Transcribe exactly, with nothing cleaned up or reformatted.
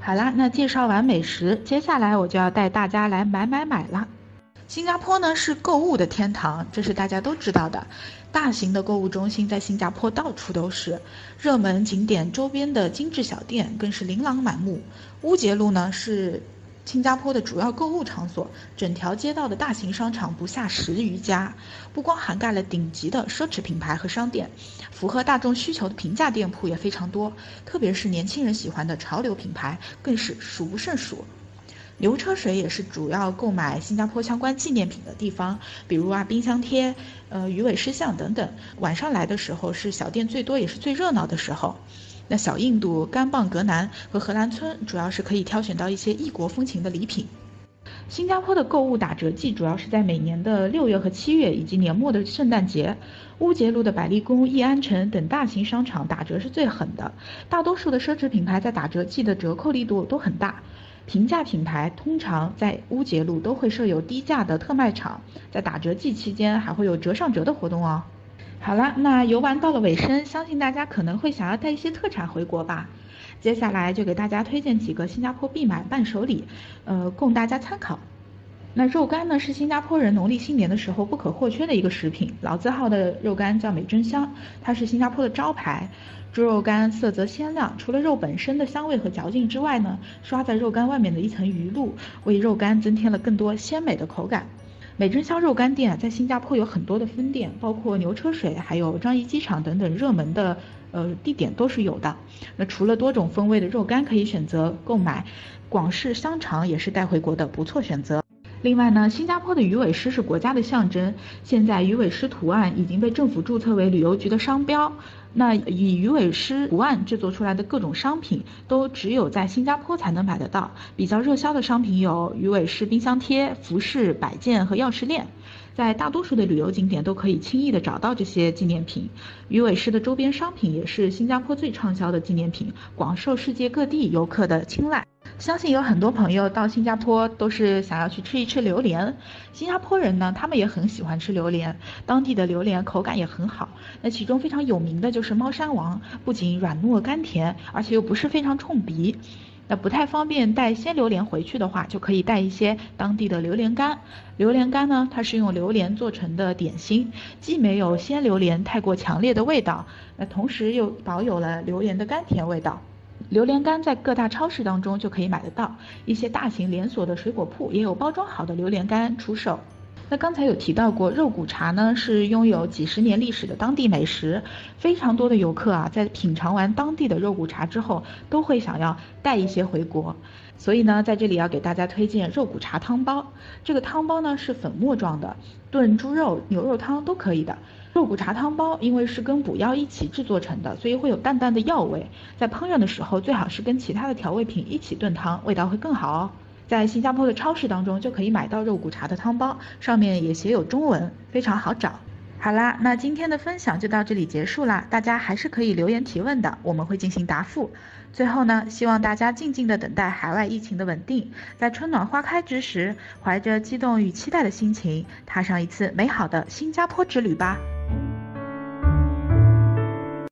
好啦，那介绍完美食，接下来我就要带大家来买买买了。新加坡呢是购物的天堂，这是大家都知道的。大型的购物中心在新加坡到处都是，热门景点周边的精致小店更是琳琅满目。乌节路呢是新加坡的主要购物场所，整条街道的大型商场不下十余家，不光涵盖了顶级的奢侈品牌和商店，符合大众需求的平价店铺也非常多，特别是年轻人喜欢的潮流品牌更是数不胜数。牛车水也是主要购买新加坡相关纪念品的地方，比如啊冰箱贴、呃鱼尾狮像等等。晚上来的时候是小店最多也是最热闹的时候。那小印度、甘榜格南和荷兰村主要是可以挑选到一些异国风情的礼品。新加坡的购物打折季主要是在每年的六月和七月，以及年末的圣诞节。乌节路的百丽宫、义安城等大型商场打折是最狠的，大多数的奢侈品牌在打折季的折扣力度都很大。平价品牌通常在乌节路都会设有低价的特卖场，在打折季期间还会有折上折的活动哦。好了，那游玩到了尾声，相信大家可能会想要带一些特产回国吧。接下来就给大家推荐几个新加坡必买伴手礼，呃，供大家参考。那肉干呢是新加坡人农历新年的时候不可或缺的一个食品，老字号的肉干叫美珍香，它是新加坡的招牌。猪肉干色泽鲜亮，除了肉本身的香味和嚼劲之外呢，刷在肉干外面的一层鱼露，为肉干增添了更多鲜美的口感。美珍香肉干店啊，在新加坡有很多的分店，包括牛车水，还有樟宜机场等等热门的呃地点都是有的。那除了多种风味的肉干可以选择购买，广式香肠也是带回国的不错选择。另外呢，新加坡的鱼尾狮是国家的象征，现在鱼尾狮图案已经被政府注册为旅游局的商标。那以鱼尾狮图案制作出来的各种商品，都只有在新加坡才能买得到。比较热销的商品有鱼尾狮冰箱贴、服饰、摆件和钥匙链。在大多数的旅游景点都可以轻易的找到这些纪念品。鱼尾狮的周边商品也是新加坡最畅销的纪念品，广受世界各地游客的青睐。相信有很多朋友到新加坡都是想要去吃一吃榴莲。新加坡人呢，他们也很喜欢吃榴莲，当地的榴莲口感也很好。那其中非常有名的就是猫山王，不仅软糯甘甜，而且又不是非常冲鼻。那不太方便带鲜榴莲回去的话，就可以带一些当地的榴莲干。榴莲干呢，它是用榴莲做成的点心，既没有鲜榴莲太过强烈的味道，那同时又保有了榴莲的甘甜味道。榴莲干在各大超市当中就可以买得到，一些大型连锁的水果铺也有包装好的榴莲干出售。那刚才有提到过，肉骨茶呢是拥有几十年历史的当地美食，非常多的游客啊，在品尝完当地的肉骨茶之后，都会想要带一些回国。所以呢，在这里要给大家推荐肉骨茶汤包。这个汤包呢是粉末状的，炖猪肉、牛肉汤都可以的。肉骨茶汤包因为是跟补药一起制作成的，所以会有淡淡的药味。在烹饪的时候，最好是跟其他的调味品一起炖汤，味道会更好哦。在新加坡的超市当中就可以买到肉骨茶的汤包，上面也写有中文，非常好找。好啦，那今天的分享就到这里结束啦，大家还是可以留言提问的，我们会进行答复。最后呢，希望大家静静地等待海外疫情的稳定，在春暖花开之时，怀着激动与期待的心情，踏上一次美好的新加坡之旅吧。